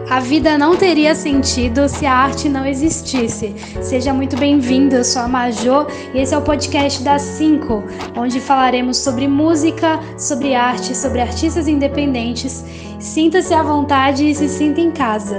A vida não teria sentido se a arte não existisse. Seja muito bem-vindo, eu sou a Majô e esse é o podcast das 5, onde falaremos sobre música, sobre arte, sobre artistas independentes. Sinta-se à vontade e se sinta em casa.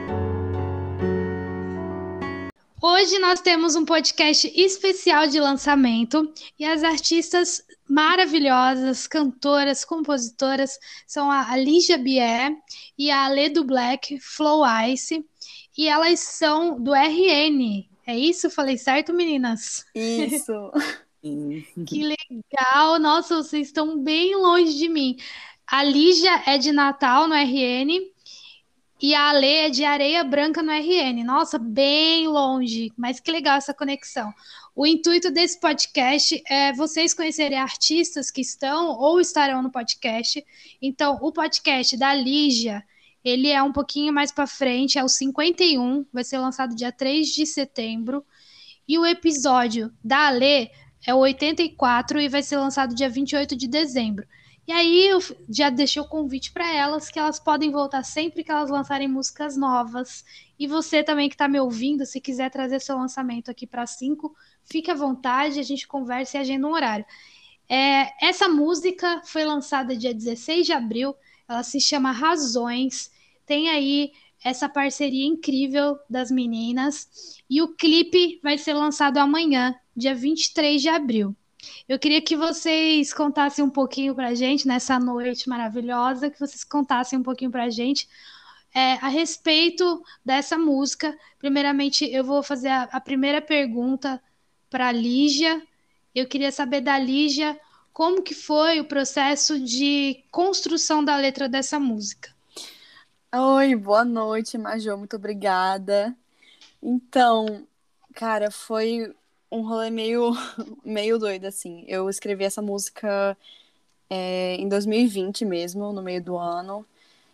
Hoje nós temos um podcast especial de lançamento e as artistas maravilhosas, cantoras, compositoras são a Lígia Bier e a Ale do Black, Flow Ice, e elas são do RN. É isso? Falei certo, meninas? Isso. Que legal! Nossa, vocês estão bem longe de mim. A Lígia é de Natal, no RN, e a Ale é de Areia Branca no RN. Nossa, bem longe, mas que legal essa conexão. O intuito desse podcast é vocês conhecerem artistas que estão ou estarão no podcast. Então, o podcast da Lígia, ele é um pouquinho mais para frente, é o 51, vai ser lançado dia 3 de setembro. E o episódio da Ale é o 84 e vai ser lançado dia 28 de dezembro. E aí eu já deixei o convite para elas, que elas podem voltar sempre que elas lançarem músicas novas. E você também que está me ouvindo, se quiser trazer seu lançamento aqui para 5, fique à vontade, a gente conversa e agenda um horário. Essa música foi lançada dia 16 de abril, ela se chama Razões, tem aí essa parceria incrível das meninas, e o clipe vai ser lançado amanhã, dia 23 de abril. Eu queria que vocês contassem um pouquinho pra gente, nessa noite maravilhosa, que vocês contassem um pouquinho pra gente a respeito dessa música. Primeiramente, eu vou fazer a primeira pergunta para a Lígia. Eu queria saber da Lígia como que foi o processo de construção da letra dessa música. Oi, boa noite, Majô, muito obrigada. Então, cara, foi um rolê meio doido, assim. Eu escrevi essa música em 2020 mesmo, no meio do ano.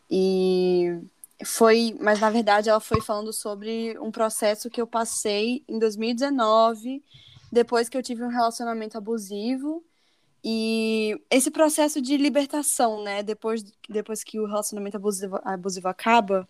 Mas na verdade ela foi falando sobre um processo que eu passei em 2019, depois que eu tive um relacionamento abusivo. E esse processo de libertação, né? Depois que o relacionamento abusivo acaba,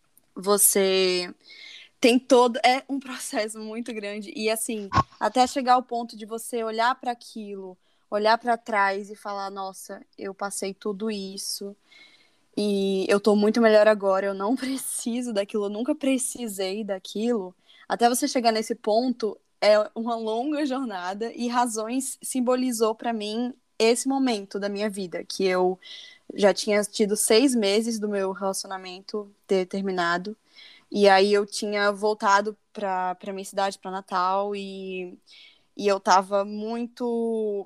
você tem todo. É um processo muito grande. E assim, até chegar ao ponto de você olhar para aquilo, olhar para trás e falar: nossa, eu passei tudo isso. E eu tô muito melhor agora, eu não preciso daquilo, eu nunca precisei daquilo. Até você chegar nesse ponto, é uma longa jornada e Razões simbolizou pra mim esse momento da minha vida, que eu já tinha tido 6 meses do meu relacionamento ter terminado, e aí eu tinha voltado pra minha cidade, pra Natal, e eu tava muito,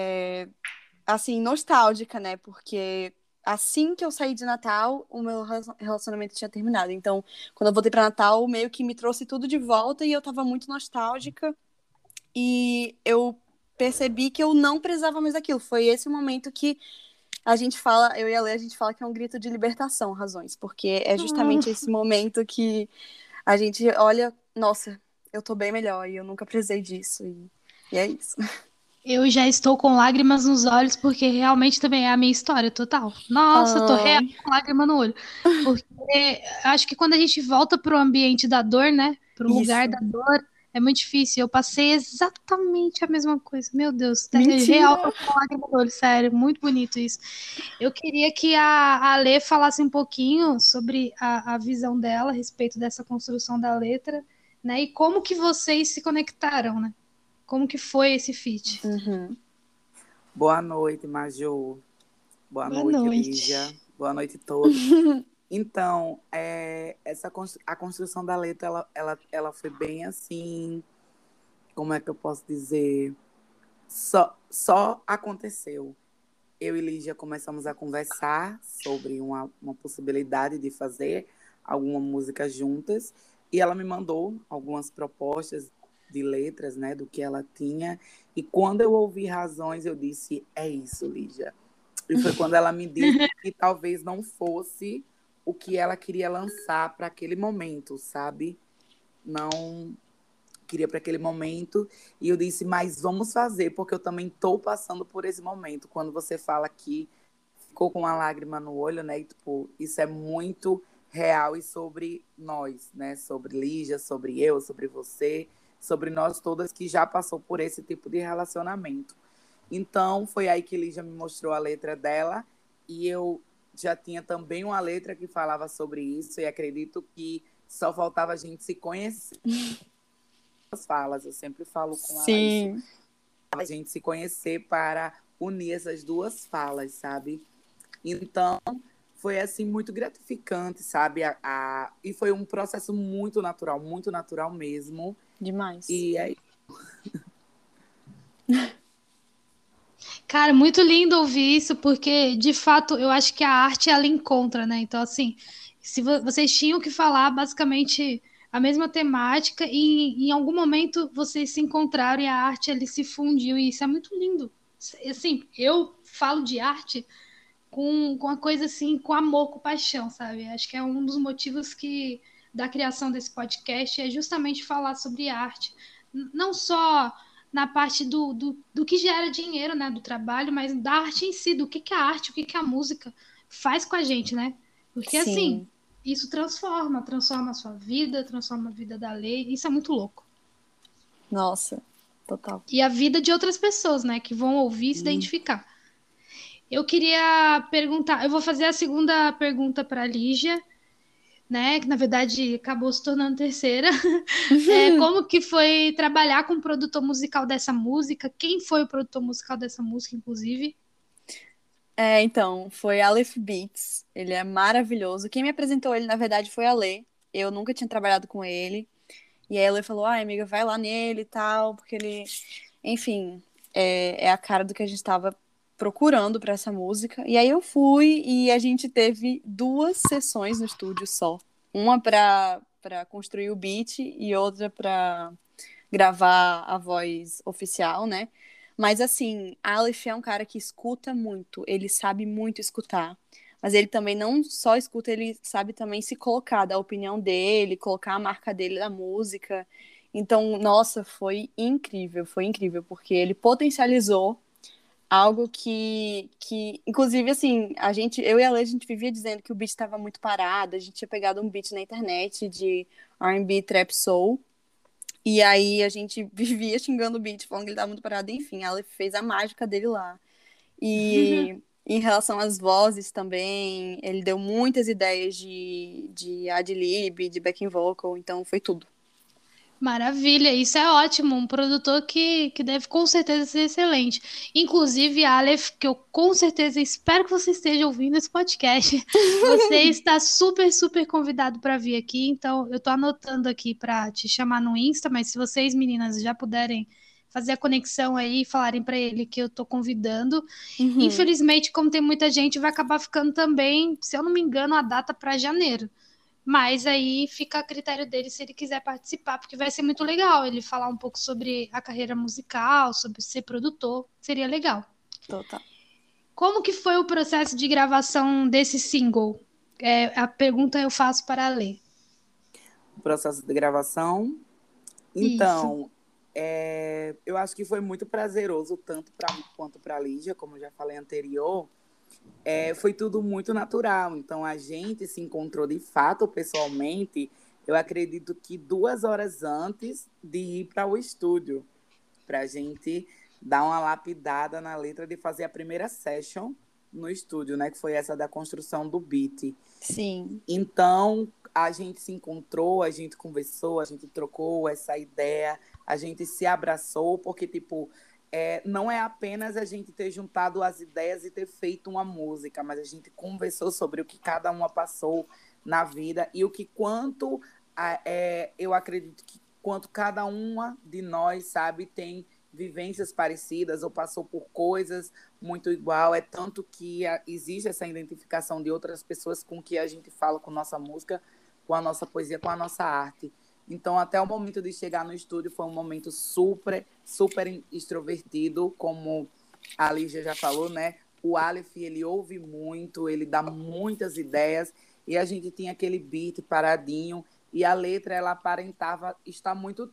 assim, nostálgica, né, porque assim que eu saí de Natal, o meu relacionamento tinha terminado. Então, quando eu voltei para Natal, meio que me trouxe tudo de volta e eu tava muito nostálgica. E eu percebi que eu não precisava mais daquilo. Foi esse momento que a gente fala, eu e a Lê, a gente fala que é um grito de libertação, Razões. Porque é justamente esse momento que a gente olha, nossa, eu tô bem melhor e eu nunca precisei disso. E é isso. Eu já estou com lágrimas nos olhos, porque realmente também é a minha história total. Nossa, eu tô real Ai, com lágrima no olho. Porque acho que quando a gente volta pro ambiente da dor, né? Pro lugar da isso. dor, é muito difícil. Eu passei exatamente a mesma coisa. Meu Deus, real, tô Mentira! com lágrima no olho, sério. Muito bonito isso. Eu queria que a Lê falasse um pouquinho sobre a visão dela a respeito dessa construção da letra, né? E como que vocês se conectaram, né? Como que foi esse feat? Uhum. Boa noite, Majô. Boa Boa noite, Lígia. noite. Boa noite a todos. Então, a construção da letra, ela foi bem assim, como é que eu posso dizer? Só aconteceu. Eu e Lígia começamos a conversar sobre uma possibilidade de fazer alguma música juntas, e ela me mandou algumas propostas de letras, né, do que ela tinha, e quando eu ouvi Razões, eu disse, é isso, Lígia. E foi quando ela me disse que talvez não fosse o que ela queria lançar para aquele momento, sabe? Não queria para aquele momento. E eu disse, mas vamos fazer, porque eu também estou passando por esse momento. Quando você fala que ficou com uma lágrima no olho, né? E, tipo, isso é muito real e sobre nós, né? Sobre Lígia, sobre eu, sobre você, sobre nós todas que já passou por esse tipo de relacionamento. Então, foi aí que Lígia me mostrou a letra dela e eu já tinha também uma letra que falava sobre isso e acredito que só faltava a gente se conhecer. As falas, eu sempre falo com ela isso. Sim. A gente se conhecer para unir essas duas falas, sabe? Então, foi assim muito gratificante, sabe? E foi um processo muito natural mesmo. Demais. E aí, Cara, muito lindo ouvir isso, porque de fato eu acho que a arte ela encontra, né? Então, assim, se vocês tinham que falar basicamente a mesma temática e em algum momento vocês se encontraram e a arte ali se fundiu, e isso é muito lindo. Assim, eu falo de arte com a coisa assim, com amor, com paixão, sabe? Acho que é um dos motivos que da criação desse podcast é justamente falar sobre arte. Não só na parte do que gera dinheiro, né, do trabalho, mas da arte em si, do que a arte, o que a música faz com a gente, né? Porque assim, Sim. isso transforma a sua vida, transforma a vida da lei, isso é muito louco. Nossa, total. E a vida de outras pessoas, né, que vão ouvir e se identificar. Eu queria perguntar, eu vou fazer a segunda pergunta para a Lígia, né? Que na verdade acabou se tornando terceira. Como que foi trabalhar com o produtor musical dessa música? Quem foi o produtor musical dessa música, inclusive? Então, foi Aleph Beats. Ele é maravilhoso. Quem me apresentou ele, na verdade, foi a Lê. Eu nunca tinha trabalhado com ele. E aí a Lê falou, ai, amiga, vai lá nele e tal, porque ele, enfim, é a cara do que a gente estava procurando para essa música. E aí eu fui e a gente teve 2 sessões no estúdio só. Uma para construir o beat e outra para gravar a voz oficial, né? Mas assim, Aleph é um cara que escuta muito, ele sabe muito escutar. Mas ele também não só escuta, ele sabe também se colocar, dar a opinião dele, colocar a marca dele na música. Então, nossa, foi incrível, porque ele potencializou algo que inclusive, assim, eu e a Lê, a gente vivia dizendo que o beat estava muito parado, a gente tinha pegado um beat na internet de R&B, Trap Soul, e aí a gente vivia xingando o beat, falando que ele tava muito parado. Enfim, ela fez a mágica dele lá. E em relação às vozes também, ele deu muitas ideias de ad-lib, de backing vocal, então foi tudo. Maravilha, isso é ótimo. Um produtor que deve com certeza ser excelente. Inclusive, Aleph, que eu com certeza espero que você esteja ouvindo esse podcast. Você está super, super convidado para vir aqui. Então, eu estou anotando aqui para te chamar no Insta, mas se vocês, meninas, já puderem fazer a conexão aí e falarem para ele que eu estou convidando. Uhum. Infelizmente, como tem muita gente, vai acabar ficando também, se eu não me engano, a data para janeiro. Mas aí fica a critério dele se ele quiser participar, porque vai ser muito legal ele falar um pouco sobre a carreira musical, sobre ser produtor, seria legal. Total. Como que foi o processo de gravação desse single? A pergunta eu faço para a Lê. o processo de gravação. Isso. Então, eu acho que foi muito prazeroso, tanto para mim quanto para a Lígia, como eu já falei anterior. Foi tudo muito natural. Então, a gente se encontrou de fato pessoalmente, eu acredito que 2 horas antes de ir para o estúdio, para a gente dar uma lapidada na letra de fazer a primeira session no estúdio, né? Que foi essa da construção do beat. Sim. Então, a gente se encontrou, a gente conversou, a gente trocou essa ideia, a gente se abraçou, porque, tipo, não é apenas a gente ter juntado as ideias e ter feito uma música, mas a gente conversou sobre o que cada uma passou na vida e o que eu acredito que quanto cada uma de nós, sabe, tem vivências parecidas ou passou por coisas muito igual, é tanto que existe essa identificação de outras pessoas com que a gente fala com nossa música, com a nossa poesia, com a nossa arte. Então, até o momento de chegar no estúdio foi um momento super, super extrovertido, como a Lígia já falou, né? O Aleph, ele ouve muito, ele dá muitas ideias, e a gente tinha aquele beat paradinho, e a letra, ela aparentava estar muito...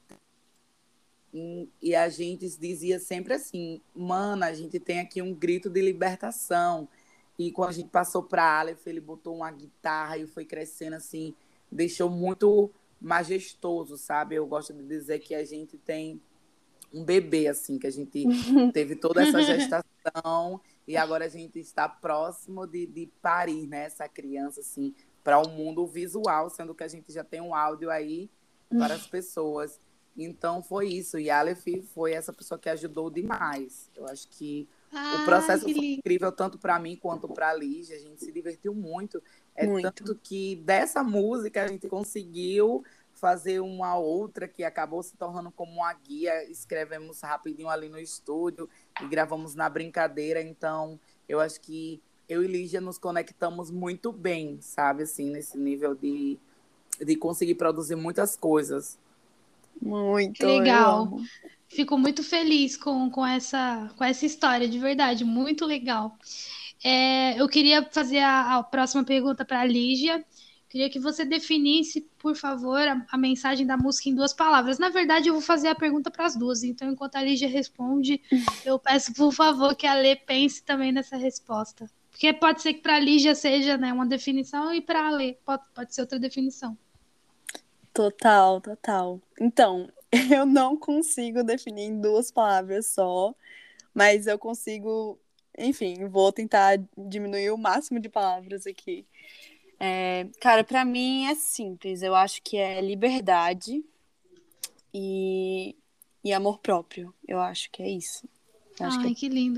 E a gente dizia sempre assim, mana, a gente tem aqui um grito de libertação. E quando a gente passou para Aleph, ele botou uma guitarra e foi crescendo assim, deixou muito majestoso, sabe? Eu gosto de dizer que a gente tem um bebê, assim, que a gente teve toda essa gestação e agora a gente está próximo de parir, né? Essa criança, assim, para o mundo visual, sendo que a gente já tem um áudio aí para as pessoas. Então, foi isso. E a Aleph foi essa pessoa que ajudou demais. Eu acho que o Ai, processo que foi lindo. incrível, tanto para mim quanto para a Lígia. A gente se divertiu muito. É Muito. tanto que dessa música a gente conseguiu fazer uma outra que acabou se tornando como uma guia. Escrevemos rapidinho ali no estúdio e gravamos na brincadeira. Então, eu acho que eu e Lígia nos conectamos muito bem, sabe? Assim, nesse nível de conseguir produzir muitas coisas. Muito, Que eu legal. amo. Fico muito feliz com essa história, de verdade, muito legal. Eu queria fazer a próxima pergunta para a Lígia. Queria que você definisse, por favor, a mensagem da música em 2 palavras. Na verdade, eu vou fazer a pergunta para as duas. Então, enquanto a Lígia responde, eu peço, por favor, que a Lê pense também nessa resposta. Porque pode ser que para a Lígia seja, né, uma definição e para a Lê pode ser outra definição. Total, total. Então, eu não consigo definir em 2 palavras só, mas eu consigo, enfim, vou tentar diminuir o máximo de palavras aqui. Cara, pra mim é simples. Eu acho que é liberdade e, e amor próprio. Eu acho que é isso. Eu acho que Ai, que lindo.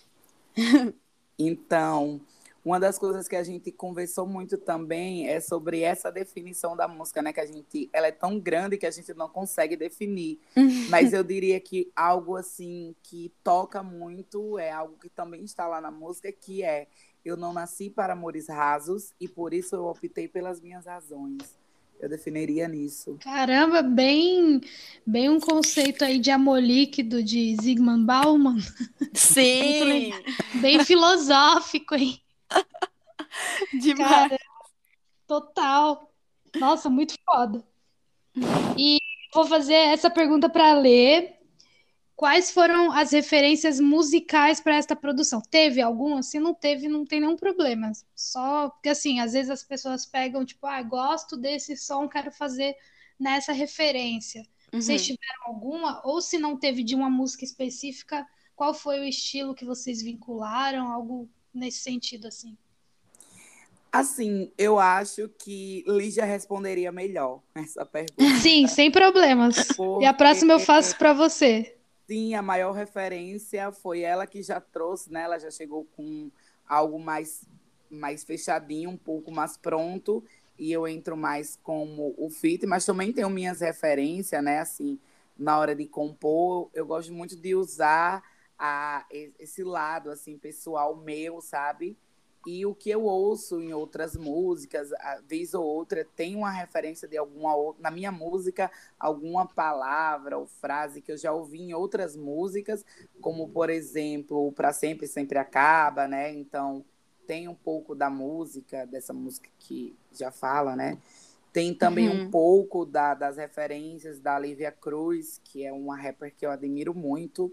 Então, uma das coisas que a gente conversou muito também é sobre essa definição da música, né? Que ela é tão grande que a gente não consegue definir. Mas eu diria que algo assim que toca muito é algo que também está lá na música, que é: eu não nasci para amores rasos e por isso eu optei pelas minhas razões. Eu definiria nisso. Caramba, bem um conceito aí de amor líquido de Zygmunt Bauman. Muito sim, legal. Bem filosófico, hein? demais. Cara, total. Nossa, muito foda. E vou fazer essa pergunta para Lê. Quais foram as referências musicais para esta produção? Teve alguma? Se não teve, não tem nenhum problema. Só porque, assim, às vezes as pessoas pegam, tipo, gosto desse som, quero fazer nessa referência. Vocês Uhum. tiveram alguma? Ou se não teve de uma música específica, qual foi o estilo que vocês vincularam? Algo nesse sentido, assim. Assim, eu acho que Lígia responderia melhor essa pergunta, Sim, sem problemas. E a porque próxima eu faço para você. sim, a maior referência foi ela que já trouxe, né? Ela já chegou com algo mais fechadinho, um pouco mais pronto, e eu entro mais como o feat, mas também tenho minhas referências, né? Assim, na hora de compor, eu gosto muito de usar esse lado, assim, pessoal meu, sabe? E o que eu ouço em outras músicas, a vez ou outra, tem uma referência de alguma outra, na minha música, alguma palavra ou frase que eu já ouvi em outras músicas, como, por exemplo, Pra Sempre, Sempre Acaba, né? Então, tem um pouco da música, dessa música que já fala, né? Tem também um pouco das referências da Olivia Cruz, que é uma rapper que eu admiro muito,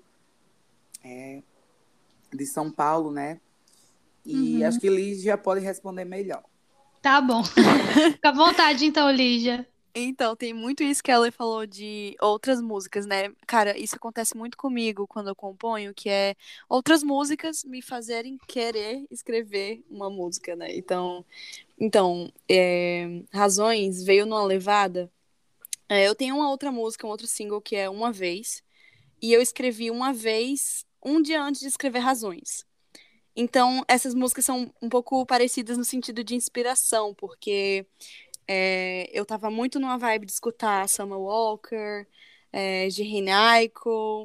de São Paulo, né? E acho que Lígia pode responder melhor. Tá bom. Fica à vontade, então, Lígia. Então, tem muito isso que ela falou de outras músicas, né? Cara, isso acontece muito comigo quando eu componho, que é outras músicas me fazerem querer escrever uma música, né? Então, Razões veio numa levada. Eu tenho uma outra música, um outro single que é Uma Vez, e eu escrevi Uma Vez um dia antes de escrever Razões. Então, essas músicas são um pouco parecidas no sentido de inspiração, porque eu tava muito numa vibe de escutar Summer Walker, Jhené Aiko,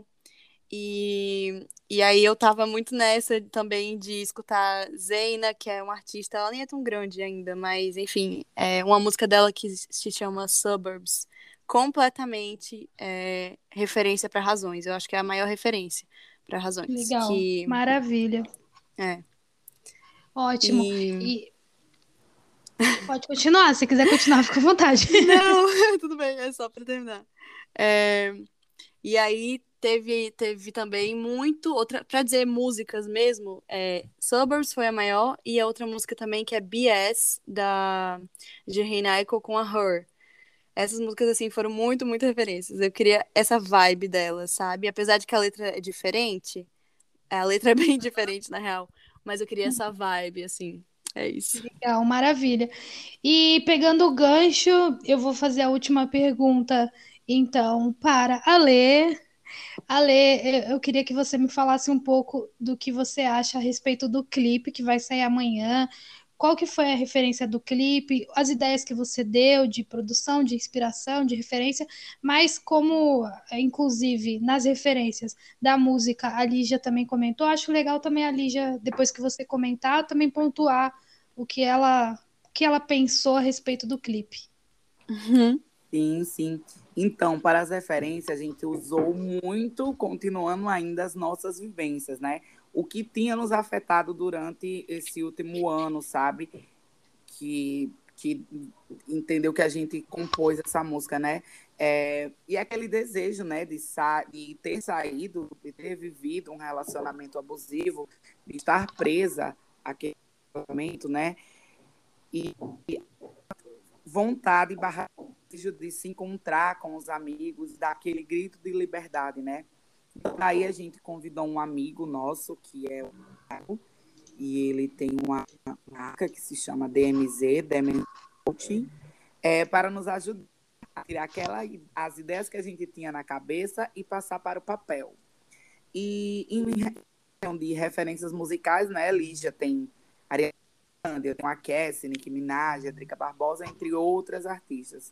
e aí eu tava muito nessa também de escutar Zayn, que é uma artista, ela nem é tão grande ainda, mas enfim, é uma música dela que se chama Suburbs, completamente referência para Razões. Eu acho que é a maior referência para Razões. Legal. Maravilha. É. Ótimo. E E pode continuar, se quiser continuar, fica à vontade. não, tudo bem, é só pra terminar. E aí teve também muito, outra, pra dizer músicas mesmo, Suburbs foi a maior, e a outra música também que é BS, de Rihanna Aiko com a Her. Essas músicas, assim, foram muito, muito referências. Eu queria essa vibe dela, sabe? Apesar de que a letra é diferente, a letra é bem diferente, na real, mas eu queria essa vibe, assim, é isso. Legal, maravilha. E pegando o gancho, eu vou fazer a última pergunta, então, para a Lê. Ale, eu queria que você me falasse um pouco do que você acha a respeito do clipe que vai sair amanhã. Qual que foi a referência do clipe, as ideias que você deu de produção, de inspiração, de referência, mas como, inclusive, nas referências da música, a Lígia também comentou, acho legal também a Lígia, depois que você comentar, também pontuar o que ela pensou a respeito do clipe. Uhum. Sim, sim. Então, para as referências, a gente usou muito, continuando ainda as nossas vivências, né? O que tinha nos afetado durante esse último ano, sabe? Que entendeu que a gente compôs essa música, né? E aquele desejo, né, de ter saído, de ter vivido um relacionamento abusivo, de estar presa àquele relacionamento, né? E vontade barra de se encontrar com os amigos, dar aquele grito de liberdade, né? Aí a gente convidou um amigo nosso, que é o Thiago, e ele tem uma marca que se chama DMZ, Demon Coaching, para nos ajudar a tirar as ideias que a gente tinha na cabeça e passar para o papel. E em questão de referências musicais, né, Lígia tem Ariana Grande, tem a Cassie, Nicki Minaj, a Drica Barbosa, entre outras artistas.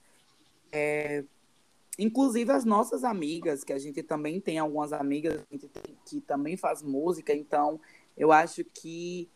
Inclusive as nossas amigas, que a gente também tem algumas amigas que também faz música, então eu acho que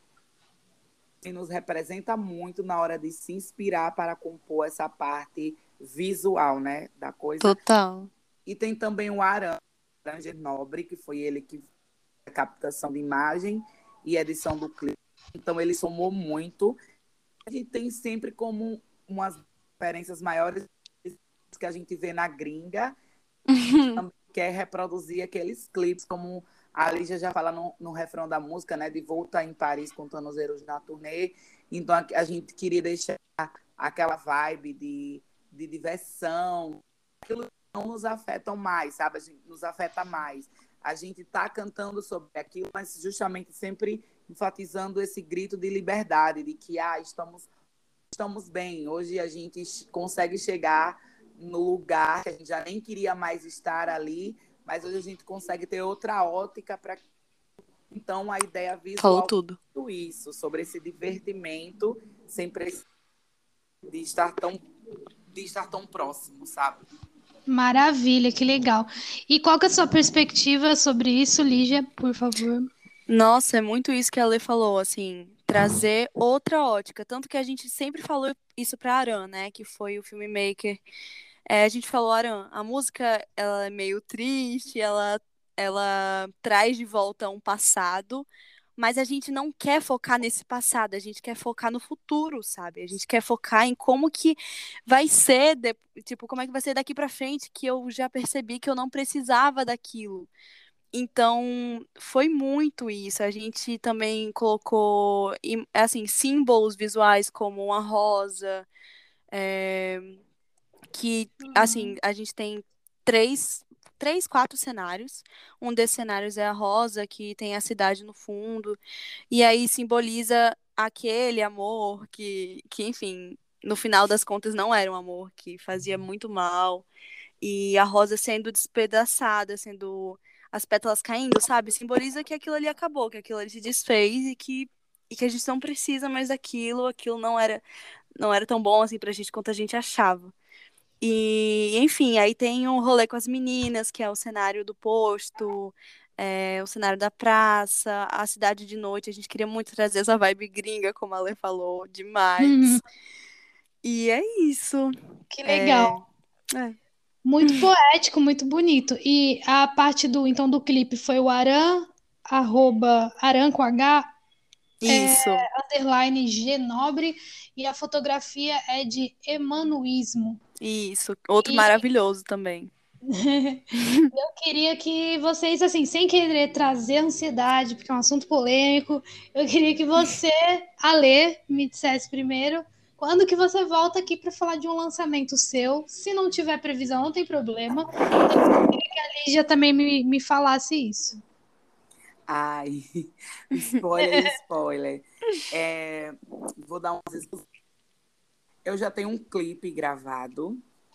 nos representa muito na hora de se inspirar para compor essa parte visual, né, da coisa. Total. E tem também o Aranger Nobre, que foi ele que fez a captação de imagem e edição do clipe. Então ele somou muito. A gente tem sempre como umas referências maiores que a gente vê na gringa, também quer reproduzir aqueles clipes, como a Lígia já fala no refrão da música, né, de volta em Paris com Tornozelos na turnê. Então a gente queria deixar aquela vibe de diversão, aquilo que não nos afeta mais, sabe? A gente nos afeta mais. A gente está cantando sobre aquilo, mas justamente sempre enfatizando esse grito de liberdade, de que estamos bem. Hoje a gente consegue chegar no lugar que a gente já nem queria mais estar ali, mas hoje a gente consegue ter outra ótica para. Então, a ideia Falou visual tudo. é tudo isso, sobre esse divertimento, sem precisar de estar tão próximo, sabe? Maravilha, que legal. E qual que é a sua perspectiva sobre isso, Lígia, por favor? Nossa, é muito isso que a Lê falou, assim, trazer outra ótica. Tanto que a gente sempre falou isso pra Aran, né? Que foi o filmmaker. A gente falou, Aran, a música, ela é meio triste, ela traz de volta um passado, mas a gente não quer focar nesse passado, a gente quer focar no futuro, sabe? A gente quer focar em como que vai ser, tipo, como é que vai ser daqui pra frente, que eu já percebi que eu não precisava daquilo. Então, foi muito isso. A gente também colocou, assim, símbolos visuais como uma rosa, é, que, assim, a gente tem quatro cenários. Um desses cenários é a rosa, que tem a cidade no fundo, e aí simboliza aquele amor que enfim, no final das contas não era um amor, que fazia muito mal. E a rosa sendo despedaçada, sendo as pétalas caindo, sabe? Simboliza que aquilo ali acabou, que aquilo ali se desfez e que a gente não precisa mais daquilo, aquilo não era tão bom assim pra gente quanto a gente achava. E, enfim, aí tem um rolê com as meninas, que é o cenário do posto, o cenário da praça, a cidade de noite. A gente queria muito trazer essa vibe gringa, como a Lê falou, demais. E é isso. Que legal. É, é. Muito poético, muito bonito. E a parte do clipe foi o Aran, Aran com H, Isso. underline G Nobre, e a fotografia é de Emanuísmo. Isso, outro E maravilhoso também. Eu queria que vocês, assim, sem querer trazer ansiedade, porque é um assunto polêmico, eu queria que você, Alê, me dissesse primeiro quando que você volta aqui para falar de um lançamento seu. Se não tiver previsão, não tem problema. Eu queria que a Lígia também me falasse isso. Ai, spoiler, spoiler. Vou dar umas exclusivas. Eu já tenho um clipe gravado.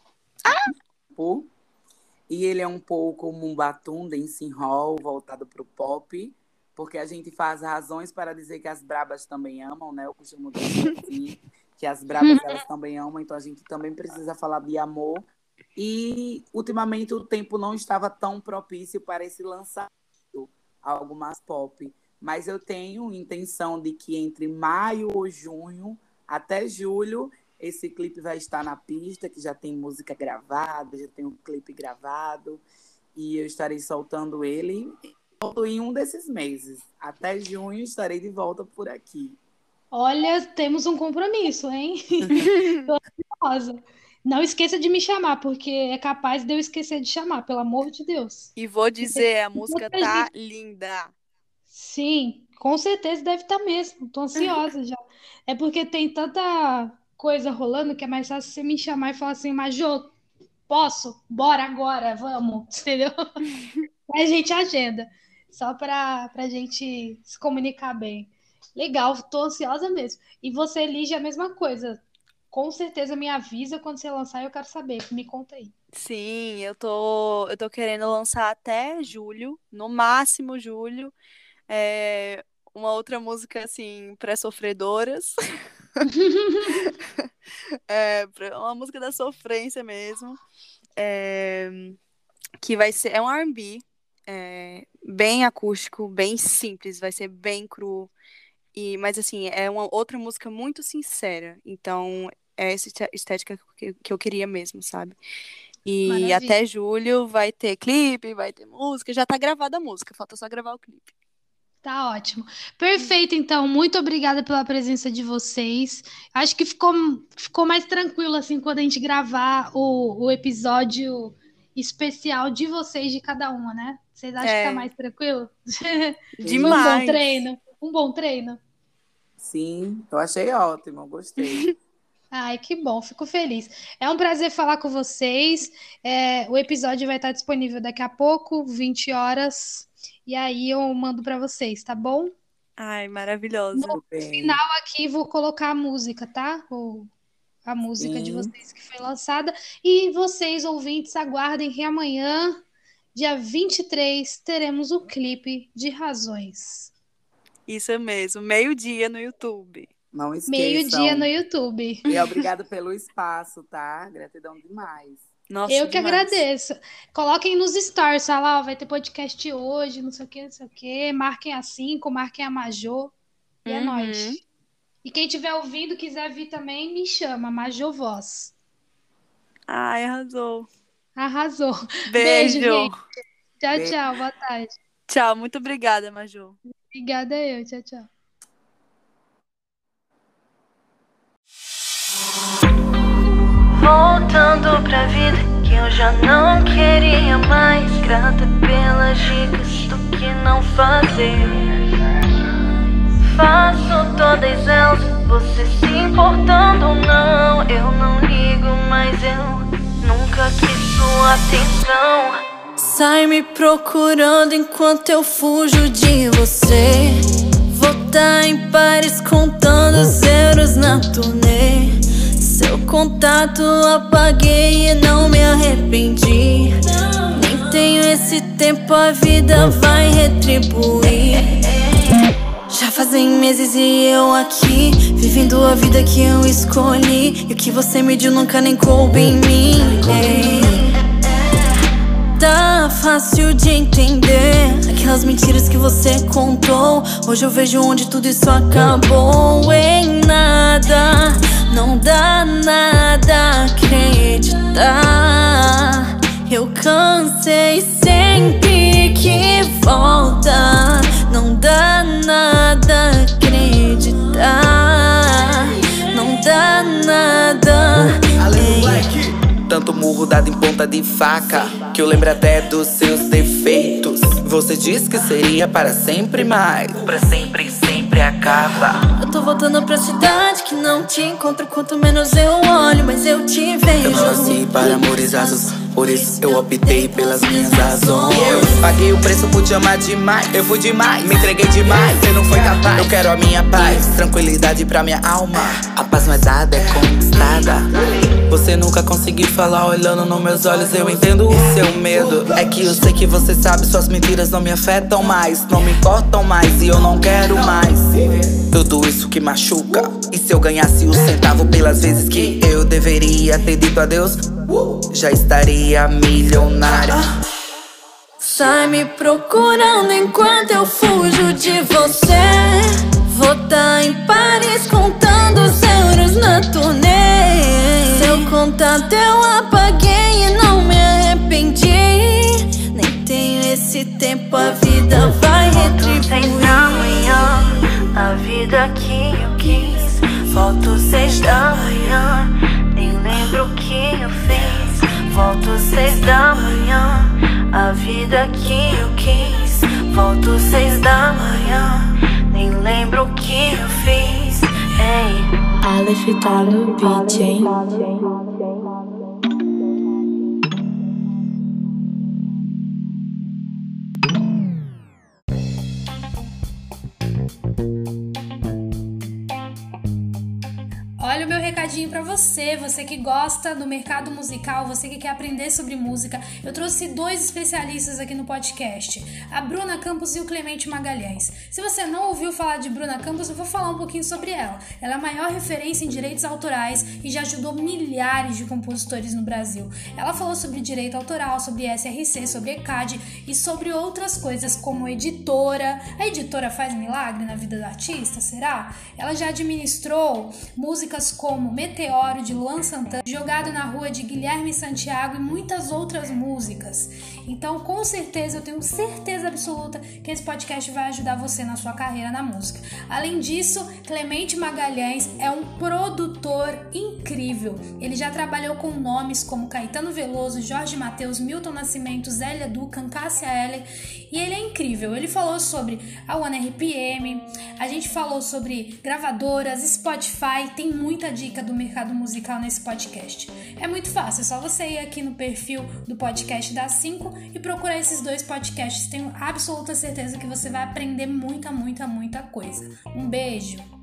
E ele é um pouco Mumbatum, dancing hall, voltado para o pop. Porque a gente faz razões para dizer que as brabas também amam, né? Eu costumo dizer assim, que as brabas elas também amam. Então a gente também precisa falar de amor. E, ultimamente, o tempo não estava tão propício para esse lançamento. Algo mais pop. Mas eu tenho intenção de que entre maio ou junho até julho esse clipe vai estar na pista, que já tem música gravada, já tem um clipe gravado, e eu estarei soltando ele em um desses meses. Até junho estarei de volta por aqui. Olha, temos um compromisso, hein? Tô ansiosa. Não esqueça de me chamar, porque é capaz de eu esquecer de chamar, pelo amor de Deus. E vou dizer, a música tá linda. Sim, com certeza deve estar mesmo. Tô ansiosa já. É porque tem tanta coisa rolando que é mais fácil você me chamar e falar assim, Majô, posso? Bora agora, vamos, entendeu? Aí a gente agenda, só pra gente se comunicar bem. Legal, tô ansiosa mesmo. E você, elige a mesma coisa. Com certeza me avisa quando você lançar, eu quero saber. Me conta aí. Sim, eu tô querendo lançar até julho, no máximo julho. Uma outra música, assim, pré-sofredoras. Uma música da sofrência mesmo. Que vai ser... É um R&B, bem acústico, bem simples, vai ser bem cru. Mas, assim, é uma outra música muito sincera. Então, é essa estética que eu queria mesmo, sabe? E Maravilha. até julho vai ter clipe, vai ter música. Já tá gravada a música, falta só gravar o clipe. Tá ótimo. Perfeito, então. Muito obrigada pela presença de vocês. Acho que ficou mais tranquilo, assim, quando a gente gravar o episódio especial de vocês, de cada uma, né? Vocês acham que tá mais tranquilo? Foi um bom Demais. treino. Um bom treino. Sim, eu achei ótimo, gostei. Ai, que bom, fico feliz. É um prazer falar com vocês. O episódio vai estar disponível daqui a pouco, 20 horas. E aí eu mando para vocês, tá bom? Ai, maravilhosa. Tudo bem. Final aqui vou colocar a música, tá? A música de Sim. vocês que foi lançada. E vocês, ouvintes, aguardem que amanhã, dia 23, teremos o clipe de Razões. Isso mesmo, meio-dia no YouTube. Não esqueçam. Meio-dia no YouTube. E obrigado pelo espaço, tá? Gratidão demais. Nossa, Eu que demais. agradeço. Coloquem nos stories, tá lá, ó, vai ter podcast hoje, não sei o que, não sei o que. Marquem a 5, marquem a Majô. E é nóis. E quem estiver ouvindo, quiser vir também, me chama, Majô Voz. Ai, arrasou. Arrasou. Beijo. gente. Tchau, Beijo. tchau. Boa tarde. Tchau, muito obrigada, Majô. Obrigada eu. Tchau, tchau. Voltando pra vida que eu já não queria mais. Grata pelas dicas do que não fazer. Faço todas elas, você se importando ou não. Eu não ligo, mas eu nunca quis sua atenção. Sai me procurando enquanto eu fujo de você. Vou tá em Paris contando zeros na turnê. Seu contato apaguei e não me arrependi. Nem tenho esse tempo, a vida vai retribuir. Já fazem meses e eu aqui, vivendo a vida que eu escolhi. E o que você mediu nunca nem coube em mim. Tá fácil de entender aquelas mentiras que você contou. Hoje eu vejo onde tudo isso acabou. Em nada, não dá nada acreditar. Eu cansei sempre que volta. Não dá nada acreditar. Não dá nada. Tanto murro dado em ponta de faca, que eu lembro até dos seus defeitos. Você disse que seria para sempre, mas pra sempre, sempre acaba. Eu tô voltando pra cidade que não te encontro. Quanto menos eu olho, mas eu te vejo. Eu não nasci para amores rasos, por isso eu optei pelas minhas razões. Eu paguei o preço por te amar demais. Eu fui demais, me entreguei demais. Você não foi capaz. Eu quero a minha paz, tranquilidade pra minha alma. A paz não é dada, é conquistada. Você nunca conseguiu falar olhando nos meus olhos. Eu entendo o seu medo. É que eu sei que você sabe, suas mentiras não me afetam mais, não me importam mais e eu não quero mais tudo isso que machuca. E se eu ganhasse o centavo pelas vezes que eu deveria ter dito adeus, já estaria milionária. Sai me procurando enquanto eu fujo de você. Vou tá em Paris contando os euros na turnê. Seu contato eu apaguei e não me arrependi. Nem tenho esse tempo, a vida vai retribuir. 6 da manhã, a vida que eu quis. Volto 6 da manhã, nem lembro o que eu fiz. Volto 6 da manhã, a vida que eu quis. Volto 6 da manhã, nem lembro o que eu fiz. Ei, Aleph tá no beat, hein? Olha o meu recadinho pra você, você que gosta do mercado musical, você que quer aprender sobre música. Eu trouxe 2 especialistas aqui no podcast, a Bruna Campos e o Clemente Magalhães. Se você não ouviu falar de Bruna Campos, eu vou falar um pouquinho sobre ela. Ela é a maior referência em direitos autorais e já ajudou milhares de compositores no Brasil. Ela falou sobre direito autoral, sobre SRC, sobre ECAD e sobre outras coisas como editora. A editora faz milagre na vida do artista, será? Ela já administrou músicas como Meteoro, de Luan Santana, Jogado na Rua, de Guilherme Santiago e muitas outras músicas. Então, com certeza, eu tenho certeza absoluta que esse podcast vai ajudar você na sua carreira na música. Além disso, Clemente Magalhães é um produtor incrível. Ele já trabalhou com nomes como Caetano Veloso, Jorge Mateus, Milton Nascimento, Zélia Duncan, Cássia Eller, e ele é incrível. Ele falou sobre a One RPM, a gente falou sobre gravadoras, Spotify, tem muita dica do mercado musical nesse podcast. É muito fácil, é só você ir aqui no perfil do podcast da 5 e procurar esses 2 podcasts. Tenho absoluta certeza que você vai aprender muita coisa. Um beijo!